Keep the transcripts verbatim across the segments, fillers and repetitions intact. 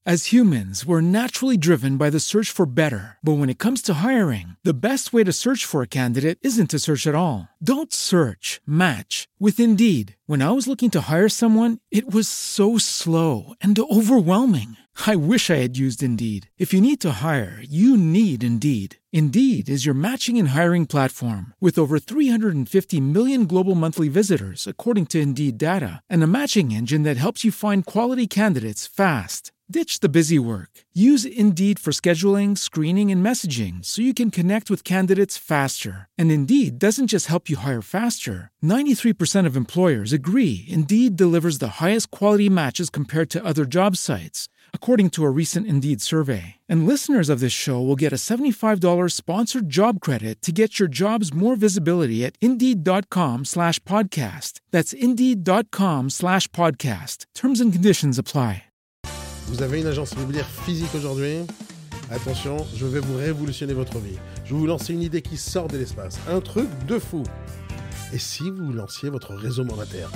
As humans, we're naturally driven by the search for better. But when it comes to hiring, the best way to search for a candidate isn't to search at all. Don't search, match with Indeed. When I was looking to hire someone, it was so slow and overwhelming. I wish I had used Indeed. If you need to hire, you need Indeed. Indeed is your matching and hiring platform with over three hundred fifty million global monthly visitors, according to Indeed data, and a matching engine that helps you find quality candidates fast. Ditch the busy work. Use Indeed for scheduling, screening, and messaging so you can connect with candidates faster. And Indeed doesn't just help you hire faster. ninety-three percent of employers agree Indeed delivers the highest quality matches compared to other job sites, according to a recent Indeed survey. And listeners of this show will get a seventy-five dollars sponsored job credit to get your jobs more visibility at Indeed.com slash podcast. That's Indeed.com slash podcast. Terms and conditions apply. Vous avez une agence immobilière physique aujourd'hui? Attention, je vais vous révolutionner votre vie. Je vais vous lancer une idée qui sort de l'espace. Un truc de fou. Et si vous lanciez votre réseau mandataire?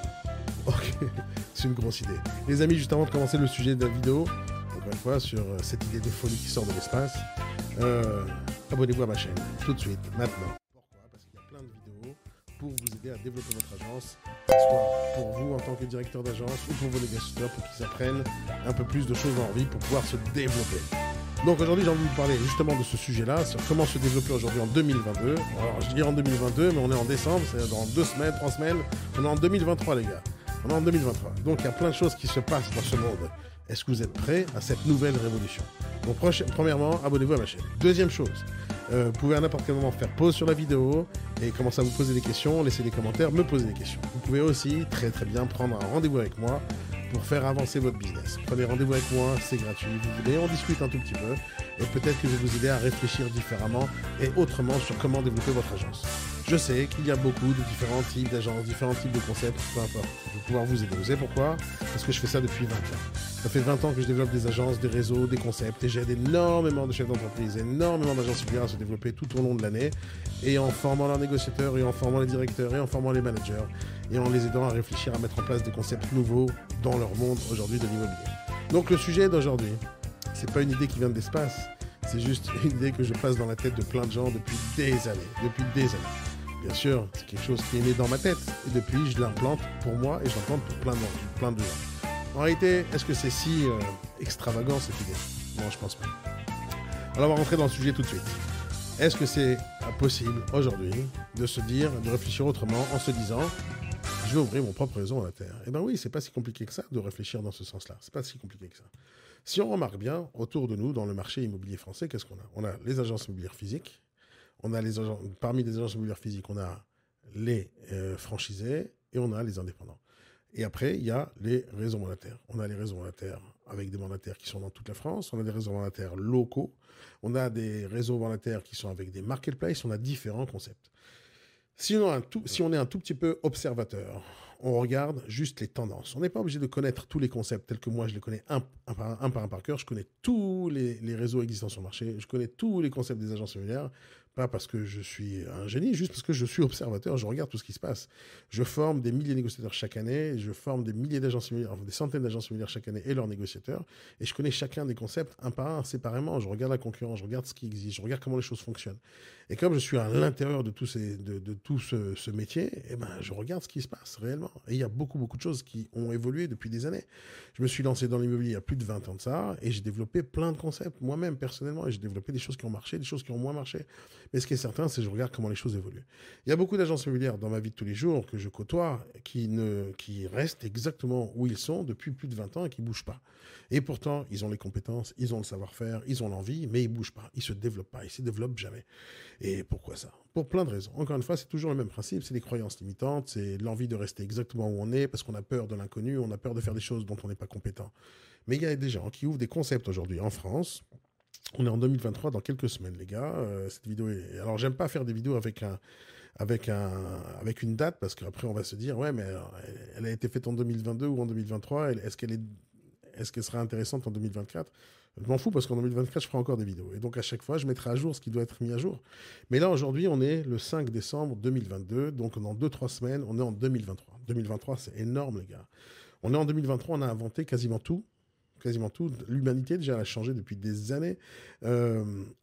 Ok, c'est une grosse idée. Les amis, juste avant de commencer le sujet de la vidéo, encore une fois, sur cette idée de folie qui sort de l'espace, euh, abonnez-vous à ma chaîne, tout de suite, maintenant. Pourquoi? Parce qu'il y a plein de vidéos pour vous aider à développer votre agence, soit pour vous en tant que directeur d'agence ou pour vos négociateurs, pour qu'ils apprennent un peu plus de choses en vie pour pouvoir se développer. Donc aujourd'hui, j'ai envie de vous parler justement de ce sujet-là, sur comment se développer aujourd'hui en deux mille vingt-deux. Alors je dis en deux mille vingt-deux, mais on est en décembre, c'est dans deux semaines, trois semaines, on est en deux mille vingt-trois les gars. On est en deux mille vingt-trois. Donc il y a plein de choses qui se passent dans ce monde. Est-ce que vous êtes prêts à cette nouvelle révolution? Donc premièrement, abonnez-vous à ma chaîne. Deuxième chose, euh, vous pouvez à n'importe quel moment faire pause sur la vidéo et commencer à vous poser des questions, laisser des commentaires, me poser des questions. Vous pouvez aussi très très bien prendre un rendez-vous avec moi pour faire avancer votre business. Prenez rendez-vous avec moi, c'est gratuit. Vous voulez, on discute un tout petit peu et peut-être que je vais vous aider à réfléchir différemment et autrement sur comment développer votre agence. Je sais qu'il y a beaucoup de différents types d'agences, différents types de concepts, peu importe. Je vais pouvoir vous aider. Vous savez pourquoi? Parce que je fais ça depuis vingt ans. Ça fait vingt ans que je développe des agences, des réseaux, des concepts et j'aide énormément de chefs d'entreprise, énormément d'agences immobilières à se développer tout au long de l'année et en formant leurs négociateurs et en formant les directeurs et en formant les managers et en les aidant à réfléchir à mettre en place des concepts nouveaux dans leur monde aujourd'hui de l'immobilier. Donc le sujet d'aujourd'hui, c'est pas une idée qui vient de l'espace, c'est juste une idée que je passe dans la tête de plein de gens depuis des années, depuis des années. Bien sûr, c'est quelque chose qui est né dans ma tête et depuis je l'implante pour moi et je l'implante pour plein de gens, plein de gens. En réalité, est-ce que c'est si euh, extravagant cette idée? Non, je pense pas. Alors on va rentrer dans le sujet tout de suite. Est-ce que c'est possible aujourd'hui de se dire, de réfléchir autrement en se disant je vais ouvrir mon propre réseau mandataire? Eh bien oui, c'est pas si compliqué que ça de réfléchir dans ce sens-là. C'est pas si compliqué que ça. Si on remarque bien, autour de nous, dans le marché immobilier français, qu'est-ce qu'on a? On a les agences immobilières physiques. On a les agents, parmi les agences immobilières physiques, on a les euh, franchisés et on a les indépendants. Et après, il y a les réseaux mandataires. On a les réseaux mandataires avec des mandataires qui sont dans toute la France. On a des réseaux mandataires locaux. On a des réseaux mandataires qui sont avec des marketplaces. On a différents concepts. Si on, a un tout, si on est un tout petit peu observateur, on regarde juste les tendances. On n'est pas obligé de connaître tous les concepts tels que moi, je les connais un, un, par, un, un par un par cœur. Je connais tous les, les réseaux existants sur le marché. Je connais tous les concepts des agences immobilières. Pas parce que je suis un génie, juste parce que je suis observateur, je regarde tout ce qui se passe. Je forme des milliers de négociateurs chaque année, je forme des milliers d'agences immobilières, enfin, des centaines d'agences immobilières chaque année et leurs négociateurs, et je connais chacun des concepts un par un, séparément. Je regarde la concurrence, je regarde ce qui existe, je regarde comment les choses fonctionnent. Et comme je suis à l'intérieur de tout, ces, de, de tout ce, ce métier, eh ben, je regarde ce qui se passe réellement. Et il y a beaucoup, beaucoup de choses qui ont évolué depuis des années. Je me suis lancé dans l'immobilier il y a plus de vingt ans de ça, et j'ai développé plein de concepts, moi-même, personnellement, et j'ai développé des choses qui ont marché, des choses qui ont moins marché. Mais ce qui est certain, c'est que je regarde comment les choses évoluent. Il y a beaucoup d'agences immobilières dans ma vie de tous les jours que je côtoie qui, ne, qui restent exactement où ils sont depuis plus de vingt ans et qui ne bougent pas. Et pourtant, ils ont les compétences, ils ont le savoir-faire, ils ont l'envie, mais ils ne bougent pas, ils ne se développent pas, ils ne se développent jamais. Et pourquoi ça? Pour plein de raisons. Encore une fois, c'est toujours le même principe, c'est les croyances limitantes, c'est l'envie de rester exactement où on est parce qu'on a peur de l'inconnu, on a peur de faire des choses dont on n'est pas compétent. Mais il y a des gens qui ouvrent des concepts aujourd'hui en France. On est en deux mille vingt-trois, dans quelques semaines, les gars. Euh, cette vidéo est... Alors, j'aime pas faire des vidéos avec, un, avec, un, avec une date, parce qu'après, on va se dire, ouais, mais alors, elle a été faite en deux mille vingt-deux ou en deux mille vingt-trois. Est-ce qu'elle est... Est-ce qu'elle sera intéressante en deux mille vingt-quatre? Je m'en fous, parce qu'en deux mille vingt-quatre, je ferai encore des vidéos. Et donc, à chaque fois, je mettrai à jour ce qui doit être mis à jour. Mais là, aujourd'hui, on est le cinq décembre deux mille vingt-deux. Donc, dans deux trois semaines, on est en deux mille vingt-trois. deux mille vingt-trois, c'est énorme, les gars. On est en deux mille vingt-trois, on a inventé quasiment tout quasiment tout. L'humanité, déjà, elle a changé depuis des années. Euh,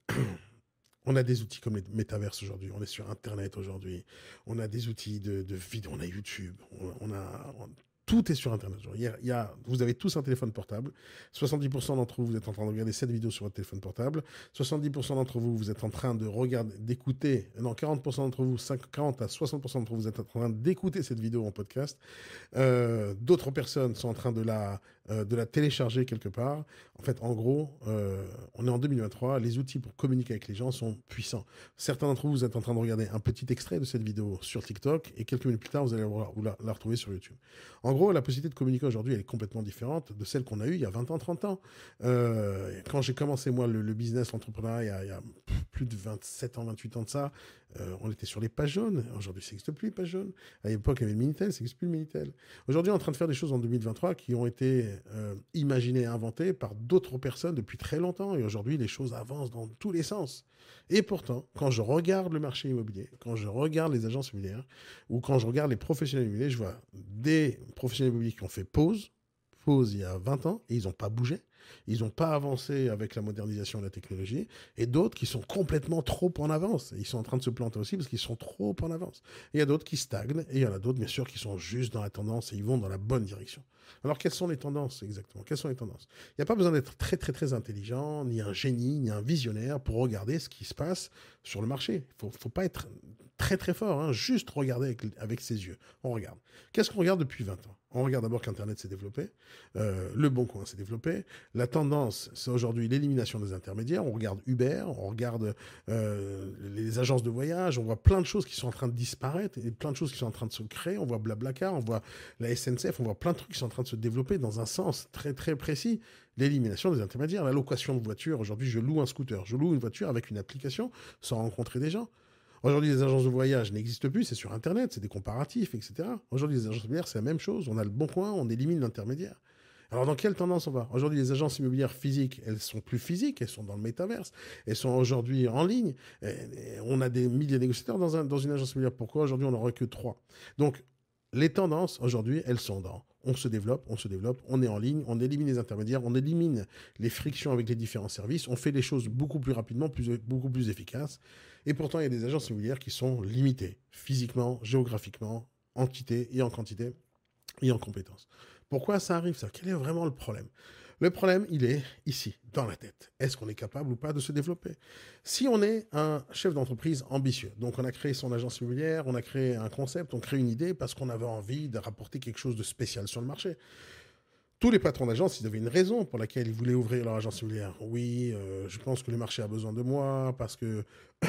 on a des outils comme les métaverses aujourd'hui. On est sur Internet aujourd'hui. On a des outils de, de vidéo. On a YouTube. On, on a... On, tout est sur Internet. Il y a, il y a, vous avez tous un téléphone portable. soixante-dix pour cent d'entre vous, vous êtes en train de regarder cette vidéo sur votre téléphone portable. soixante-dix pour cent d'entre vous, vous êtes en train de regarder, d'écouter. Non, quarante pour cent d'entre vous, quarante à soixante pour cent d'entre vous, vous êtes en train d'écouter cette vidéo en podcast. Euh, d'autres personnes sont en train de la, euh, de la télécharger quelque part. En fait, en gros, euh, on est en deux mille vingt-trois. Les outils pour communiquer avec les gens sont puissants. Certains d'entre vous, vous êtes en train de regarder un petit extrait de cette vidéo sur TikTok et quelques minutes plus tard, vous allez la, la retrouver sur YouTube. En gros, la possibilité de communiquer aujourd'hui, elle est complètement différente de celle qu'on a eue il y a vingt ans, trente ans. Euh, quand j'ai commencé, moi, le, le business, l'entrepreneuriat, il y a plus de vingt-sept ans, vingt-huit ans de ça, euh, on était sur les pages jaunes. Aujourd'hui, ça n'existe plus, les pages jaunes. À l'époque, il y avait le Minitel, ça n'existe plus le Minitel. Aujourd'hui, on est en train de faire des choses en deux mille vingt-trois qui ont été euh, imaginées et inventées par d'autres personnes depuis très longtemps. Et aujourd'hui, les choses avancent dans tous les sens. Et pourtant, quand je regarde le marché immobilier, quand je regarde les agences immobilières, ou quand je regarde les professionnels immobiliers, je vois des professionnels immobiliers qui ont fait pause, pause il y a vingt ans, et ils n'ont pas bougé. Ils n'ont pas avancé avec la modernisation de la technologie, et d'autres qui sont complètement trop en avance. Ils sont en train de se planter aussi parce qu'ils sont trop en avance. Et il y a d'autres qui stagnent, et il y en a d'autres, bien sûr, qui sont juste dans la tendance et ils vont dans la bonne direction. Alors, quelles sont les tendances exactement? Quelles sont les tendances? Il n'y a pas besoin d'être très, très, très intelligent, ni un génie, ni un visionnaire pour regarder ce qui se passe sur le marché. Il ne faut, faut pas être très, très fort, hein. Juste regarder avec, avec ses yeux. On regarde. Qu'est-ce qu'on regarde depuis vingt ans? On regarde d'abord qu'Internet s'est développé, euh, le Bon Coin s'est développé. La tendance, c'est aujourd'hui l'élimination des intermédiaires. On regarde Uber, on regarde euh, les agences de voyage, on voit plein de choses qui sont en train de disparaître et plein de choses qui sont en train de se créer. On voit Blablacar, on voit la S N C F, on voit plein de trucs qui sont en train de se développer dans un sens très très précis. L'élimination des intermédiaires, la location de voitures. Aujourd'hui, je loue un scooter, je loue une voiture avec une application sans rencontrer des gens. Aujourd'hui, les agences de voyage n'existent plus, c'est sur Internet, c'est des comparatifs, et cetera. Aujourd'hui, les agences immobilières, c'est la même chose. On a le Bon Coin, on élimine l'intermédiaire. Alors, dans quelle tendance on va? Aujourd'hui, les agences immobilières physiques, elles sont plus physiques, elles sont dans le métaverse, elles sont aujourd'hui en ligne. Et, et on a des milliers de négociateurs dans, un, dans une agence immobilière. Pourquoi aujourd'hui, on n'en aurait que trois? Donc, les tendances, aujourd'hui, elles sont dans on se développe, on se développe, on est en ligne, on élimine les intermédiaires, on élimine les frictions avec les différents services, on fait les choses beaucoup plus rapidement, plus, beaucoup plus efficaces. Et pourtant, il y a des agences immobilières qui sont limitées, physiquement, géographiquement, en quantité et en quantité et en compétences. Pourquoi ça arrive, ça? Quel est vraiment le problème? Le problème, il est ici, dans la tête. Est-ce qu'on est capable ou pas de se développer? Si on est un chef d'entreprise ambitieux, donc on a créé son agence immobilière, on a créé un concept, on crée une idée parce qu'on avait envie de rapporter quelque chose de spécial sur le marché. Tous les patrons d'agence, ils avaient une raison pour laquelle ils voulaient ouvrir leur agence immobilière. Oui, euh, je pense que le marché a besoin de moi parce que,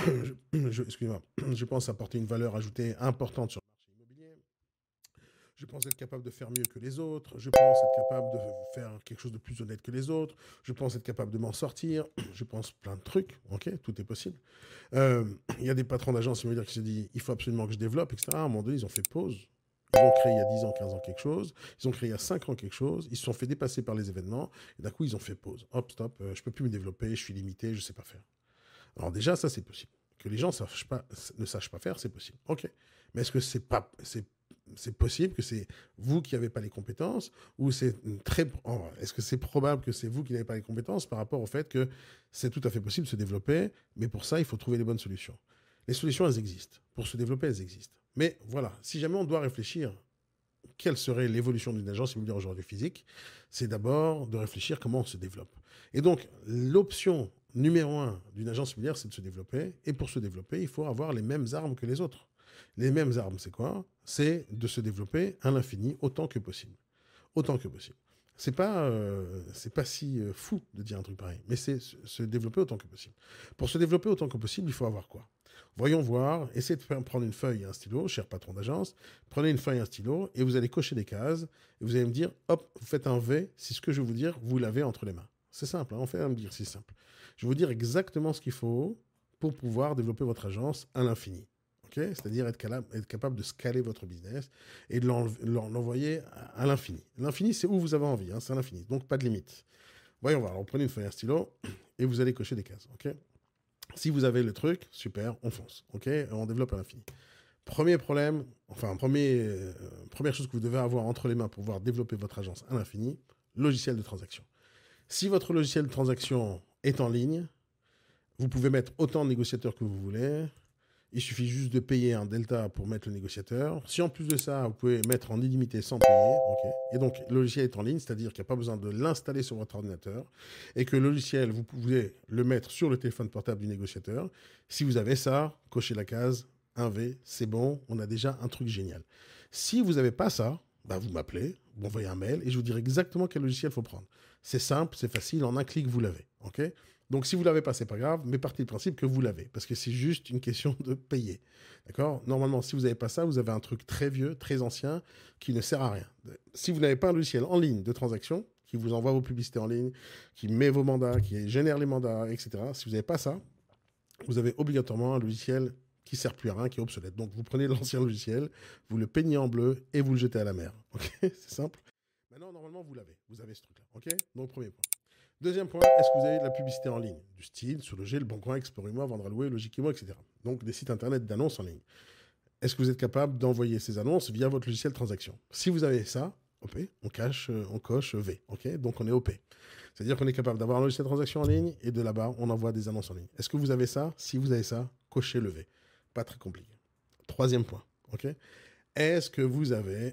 je, je, excusez-moi, je pense apporter une valeur ajoutée importante sur le marché immobilier. Je pense être capable de faire mieux que les autres. Je pense être capable de faire quelque chose de plus honnête que les autres. Je pense être capable de m'en sortir. Je pense plein de trucs. Ok, tout est possible. Il euh, y a des patrons d'agence immobilière qui se disent il faut absolument que je développe, et cetera. À un moment donné, ils ont fait pause. Ils ont créé il y a dix ans, quinze ans quelque chose. Ils ont créé il y a cinq ans quelque chose. Ils se sont fait dépasser par les événements. Et d'un coup, ils ont fait pause. Hop, stop, euh, je ne peux plus me développer. Je suis limité, je ne sais pas faire. Alors déjà, ça, c'est possible. Que les gens sachent pas, ne sachent pas faire, c'est possible. Ok. Mais est-ce que c'est pas... c'est c'est possible que c'est vous qui n'avez pas les compétences ou c'est très... Oh, est-ce que c'est probable que c'est vous qui n'avez pas les compétences par rapport au fait que c'est tout à fait possible de se développer, mais pour ça, il faut trouver les bonnes solutions. Les solutions, elles existent. Pour se développer, elles existent. Mais voilà, si jamais on doit réfléchir quelle serait l'évolution d'une agence immobilière aujourd'hui physique, c'est d'abord de réfléchir comment on se développe. Et donc, l'option numéro un d'une agence immobilière, c'est de se développer. Et pour se développer, il faut avoir les mêmes armes que les autres. Les mêmes armes, c'est quoi? C'est de se développer à l'infini autant que possible. Autant que possible. C'est pas, euh, c'est pas si euh, fou de dire un truc pareil, mais c'est se, se développer autant que possible. Pour se développer autant que possible, il faut avoir quoi? Voyons voir, essayez de faire, prendre une feuille et un stylo, cher patron d'agence, prenez une feuille et un stylo, et vous allez cocher des cases, et vous allez me dire, hop, vous faites un V, si ce que je vais vous dire, vous l'avez entre les mains. C'est simple, hein, on fait un me dire, c'est simple. Je vais vous dire exactement ce qu'il faut pour pouvoir développer votre agence à l'infini. Okay, c'est-à-dire être, être capable de scaler votre business et de l'envoyer à l'infini. L'infini, c'est où vous avez envie, hein, c'est à l'infini, donc pas de limite. Voyons voir, alors prenez une feuille et un stylo et vous allez cocher des cases. Okay, si vous avez le truc, super, on fonce. Okay, on développe à l'infini. Premier problème, enfin, premier, euh, première chose que vous devez avoir entre les mains pour pouvoir développer votre agence à l'infini, logiciel de transaction. Si votre logiciel de transaction est en ligne, vous pouvez mettre autant de négociateurs que vous voulez. Il suffit juste de payer un delta pour mettre le négociateur. Si en plus de ça, vous pouvez mettre en illimité sans payer, okay. Et donc le logiciel est en ligne, c'est-à-dire qu'il n'y a pas besoin de l'installer sur votre ordinateur et que le logiciel, vous pouvez le mettre sur le téléphone portable du négociateur. Si vous avez ça, cochez la case, un V, c'est bon, on a déjà un truc génial. Si vous n'avez pas ça, bah vous m'appelez, vous m'envoyez un mail et je vous dirai exactement quel logiciel il faut prendre. C'est simple, c'est facile, en un clic, vous l'avez. Okay. Donc, si vous ne l'avez pas, ce n'est pas grave, mais partez du principe que vous l'avez, parce que c'est juste une question de payer. D'accord ? Normalement, si vous n'avez pas ça, vous avez un truc très vieux, très ancien, qui ne sert à rien. Si vous n'avez pas un logiciel en ligne de transaction, qui vous envoie vos publicités en ligne, qui met vos mandats, qui génère les mandats, et cetera, si vous n'avez pas ça, vous avez obligatoirement un logiciel qui ne sert plus à rien, qui est obsolète. Donc, vous prenez l'ancien logiciel, vous le peignez en bleu et vous le jetez à la mer. Ok ? C'est simple. Maintenant, normalement, vous l'avez. Vous avez ce truc-là. Ok ? Donc, premier point. Deuxième point, est-ce que vous avez de la publicité en ligne ? Du style, sur le G, le Bon Coin, Explorez-moi, Vendre à louer, Logiquement, et cetera. Donc, des sites internet d'annonces en ligne. Est-ce que vous êtes capable d'envoyer ces annonces via votre logiciel de transaction ? Si vous avez ça, O P, on cache, on coche V. Ok ? Donc, on est O P. C'est-à-dire qu'on est capable d'avoir un logiciel de transaction en ligne et de là-bas, on envoie des annonces en ligne. Est-ce que vous avez ça ? Si vous avez ça, cochez le V. Pas très compliqué. Troisième point. Ok ? Est-ce que vous avez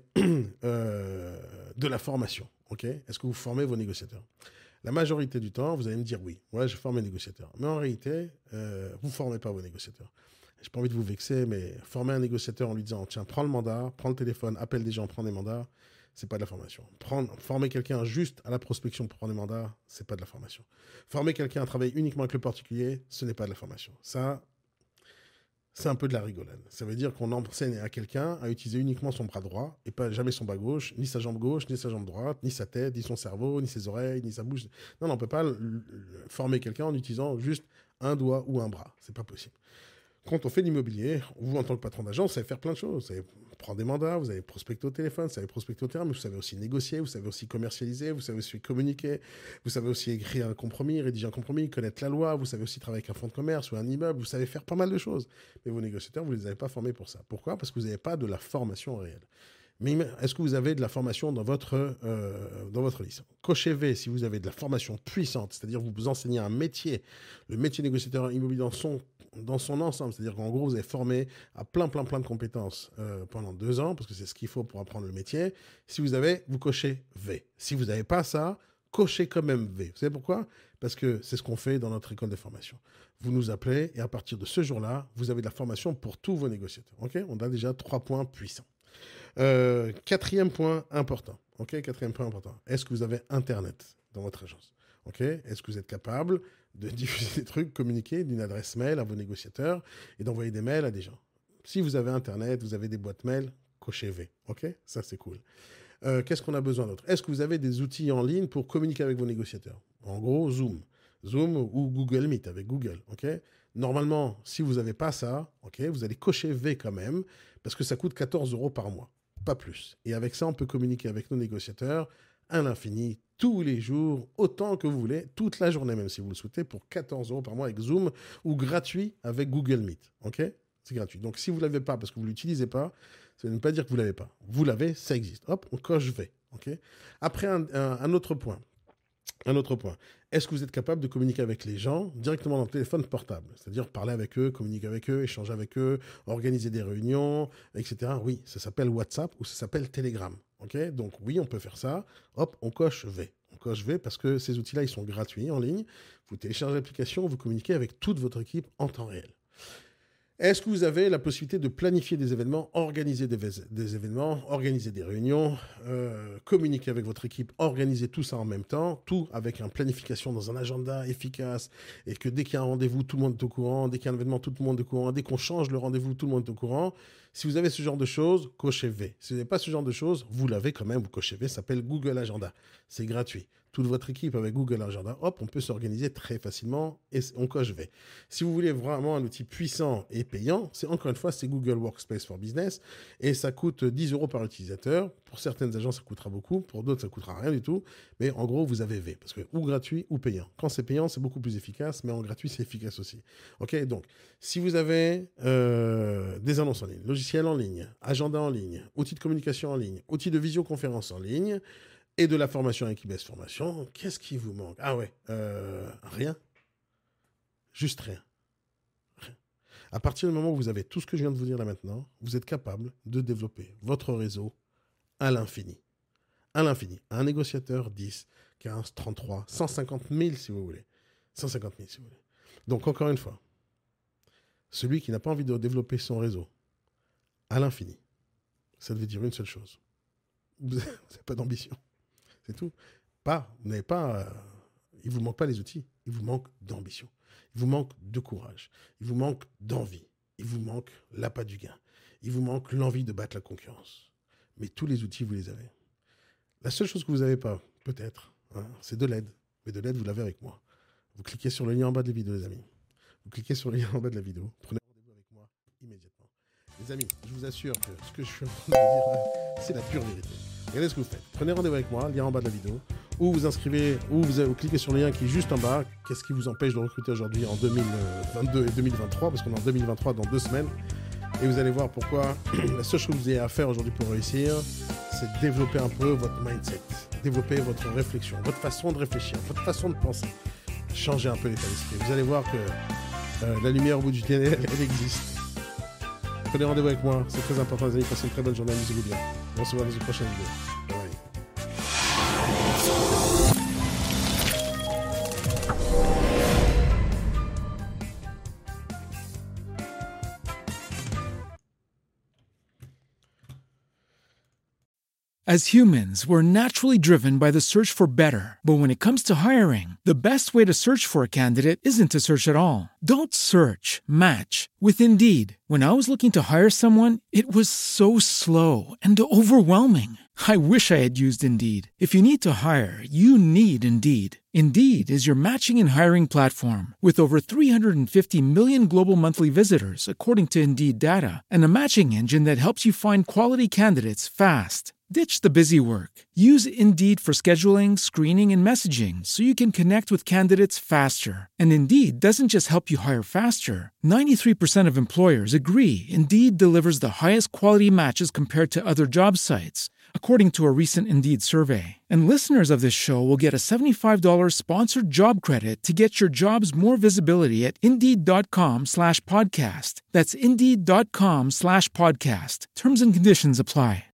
euh, de la formation ? Ok ? Est-ce que vous formez vos négociateurs ? La majorité du temps, vous allez me dire oui. Moi, je forme mes négociateurs. Mais en réalité, euh, vous ne formez pas vos négociateurs. Je n'ai pas envie de vous vexer, mais former un négociateur en lui disant tiens, prends le mandat, prends le téléphone, appelle des gens, prends des mandats, ce n'est pas de la formation. Prendre, former quelqu'un juste à la prospection pour prendre des mandats, ce n'est pas de la formation. Former quelqu'un à travailler uniquement avec le particulier, ce n'est pas de la formation. Ça, c'est un peu de la rigolade. Ça veut dire qu'on enseigne à quelqu'un à utiliser uniquement son bras droit et pas jamais son bras gauche, ni sa jambe gauche, ni sa jambe droite, ni sa tête, ni son cerveau, ni ses oreilles, ni sa bouche. Non, non, on peut pas le, le, former quelqu'un en utilisant juste un doigt ou un bras. C'est pas possible. Quand on fait de l'immobilier, vous, en tant que patron d'agence, vous savez faire plein de choses. Vous savez prendre des mandats, vous savez prospecter au téléphone, vous savez prospecter au terrain, mais vous savez aussi négocier, vous savez aussi commercialiser, vous savez aussi communiquer, vous savez aussi écrire un compromis, rédiger un compromis, connaître la loi, vous savez aussi travailler avec un fonds de commerce ou un immeuble, vous savez faire pas mal de choses. Mais vos négociateurs, vous ne les avez pas formés pour ça. Pourquoi ? Parce que vous n'avez pas de la formation réelle. Mais est-ce que vous avez de la formation dans votre, euh, dans votre liste ? Cochez V si vous avez de la formation puissante, c'est-à-dire vous vous enseignez un métier, le métier négociateur immobilier dans son, dans son ensemble, c'est-à-dire qu'en gros vous avez formé à plein, plein, plein de compétences euh, pendant deux ans, parce que c'est ce qu'il faut pour apprendre le métier. Si vous avez, vous cochez V. Si vous n'avez pas ça, cochez quand même V. Vous savez pourquoi ? Parce que c'est ce qu'on fait dans notre école de formation. Vous nous appelez et à partir de ce jour-là, vous avez de la formation pour tous vos négociateurs. Okay ? On a déjà trois points puissants. Euh, quatrième point important. Ok, quatrième point important. Est-ce que vous avez Internet dans votre agence ? Ok, est-ce que vous êtes capable de diffuser des trucs, communiquer d'une adresse mail à vos négociateurs et d'envoyer des mails à des gens ? Si vous avez Internet, vous avez des boîtes mail, cochez V. Ok, ça c'est cool. Euh, qu'est-ce qu'on a besoin d'autre ? Est-ce que vous avez des outils en ligne pour communiquer avec vos négociateurs ? En gros, Zoom. Zoom ou Google Meet avec Google. Ok ? Normalement, si vous n'avez pas ça, ok, vous allez cocher V quand même parce que ça coûte quatorze euros par mois. Pas plus. Et avec ça, on peut communiquer avec nos négociateurs à l'infini, tous les jours, autant que vous voulez, toute la journée même si vous le souhaitez, pour quatorze euros par mois avec Zoom ou gratuit avec Google Meet. Ok ? C'est gratuit. Donc si vous ne l'avez pas parce que vous ne l'utilisez pas, ça ne veut pas dire que vous ne l'avez pas. Vous l'avez, ça existe. Hop, on coche V. Ok ? Après, un, un, un autre point. Un autre point. Est-ce que vous êtes capable de communiquer avec les gens directement dans le téléphone portable ? C'est-à-dire parler avec eux, communiquer avec eux, échanger avec eux, organiser des réunions, et cetera. Oui, ça s'appelle WhatsApp ou ça s'appelle Telegram. Okay ? Donc oui, on peut faire ça. Hop, on coche V. On coche V parce que ces outils-là, ils sont gratuits en ligne. Vous téléchargez l'application, vous communiquez avec toute votre équipe en temps réel. Est-ce que vous avez la possibilité de planifier des événements, organiser des, des événements, organiser des réunions, euh, communiquer avec votre équipe, organiser tout ça en même temps, tout avec une planification dans un agenda efficace et que dès qu'il y a un rendez-vous, tout le monde est au courant, dès qu'il y a un événement, tout le monde est au courant, dès qu'on change le rendez-vous, tout le monde est au courant. Si vous avez ce genre de choses, cochez V. Si vous n'avez pas ce genre de choses, vous l'avez quand même, vous cochez V, ça s'appelle Google Agenda. C'est gratuit. Toute votre équipe avec Google Agenda, hop, on peut s'organiser très facilement et on coche V. Si vous voulez vraiment un outil puissant et payant, c'est encore une fois, c'est Google Workspace for Business et ça coûte dix euros par utilisateur. Pour certaines agences, ça coûtera beaucoup, pour d'autres, ça coûtera rien du tout. Mais en gros, vous avez V parce que ou gratuit ou payant. Quand c'est payant, c'est beaucoup plus efficace, mais en gratuit, c'est efficace aussi. Ok, donc si vous avez euh, des annonces en ligne, logiciels en ligne, agenda en ligne, outils de communication en ligne, outils de visioconférence en ligne, et de la formation avec I B S Formation. Qu'est-ce qui vous manque? Ah ouais, euh, rien. Juste rien. rien. À partir du moment où vous avez tout ce que je viens de vous dire là maintenant, vous êtes capable de développer votre réseau à l'infini. À l'infini. Un négociateur, dix, quinze, trente-trois, cent cinquante mille si vous voulez. cent cinquante mille si vous voulez. Donc encore une fois, celui qui n'a pas envie de développer son réseau à l'infini, ça veut dire une seule chose. Vous n'avez pas d'ambition. C'est tout. Pas, vous n'avez pas... Euh, il ne vous manque pas les outils. Il vous manque d'ambition. Il vous manque de courage. Il vous manque d'envie. Il vous manque l'appât du gain. Il vous manque l'envie de battre la concurrence. Mais tous les outils, vous les avez. La seule chose que vous n'avez pas, peut-être, hein, c'est de l'aide. Mais de l'aide, vous l'avez avec moi. Vous cliquez sur le lien en bas de la vidéo, les amis. Vous cliquez sur le lien en bas de la vidéo. Prenez rendez-vous avec moi immédiatement. Les amis, je vous assure que ce que je suis en train de vous dire, c'est la pure vérité. Regardez ce que vous faites. Prenez rendez-vous avec moi, lien en bas de la vidéo. Ou vous inscrivez, ou vous, vous cliquez sur le lien qui est juste en bas. Qu'est-ce qui vous empêche de recruter aujourd'hui en deux mille vingt-deux et deux mille vingt-trois? Parce qu'on est en deux mille vingt-trois dans deux semaines. Et vous allez voir pourquoi la seule chose que vous avez à faire aujourd'hui pour réussir, c'est de développer un peu votre mindset. Développer votre réflexion, votre façon de réfléchir, votre façon de penser. Changer un peu l'état d'esprit. Vous allez voir que euh, la lumière au bout du tunnel, elle existe. Prenez rendez-vous avec moi, c'est très important les amis, passez une très bonne journée, amusez-vous bien. On se voit dans une prochaine vidéo. Bye bye. As humans, we're naturally driven by the search for better. But when it comes to hiring, the best way to search for a candidate isn't to search at all. Don't search, match with Indeed. When I was looking to hire someone, it was so slow and overwhelming. I wish I had used Indeed. If you need to hire, you need Indeed. Indeed is your matching and hiring platform with over three hundred fifty million global monthly visitors, according to Indeed data, and a matching engine that helps you find quality candidates fast. Ditch the busy work. Use Indeed for scheduling, screening, and messaging so you can connect with candidates faster. And Indeed doesn't just help you hire faster. ninety-three percent of employers agree Indeed delivers the highest quality matches compared to other job sites, according to a recent Indeed survey. And listeners of this show will get a seventy-five dollars sponsored job credit to get your jobs more visibility at Indeed.com slash podcast. That's Indeed.com slash podcast. Terms and conditions apply.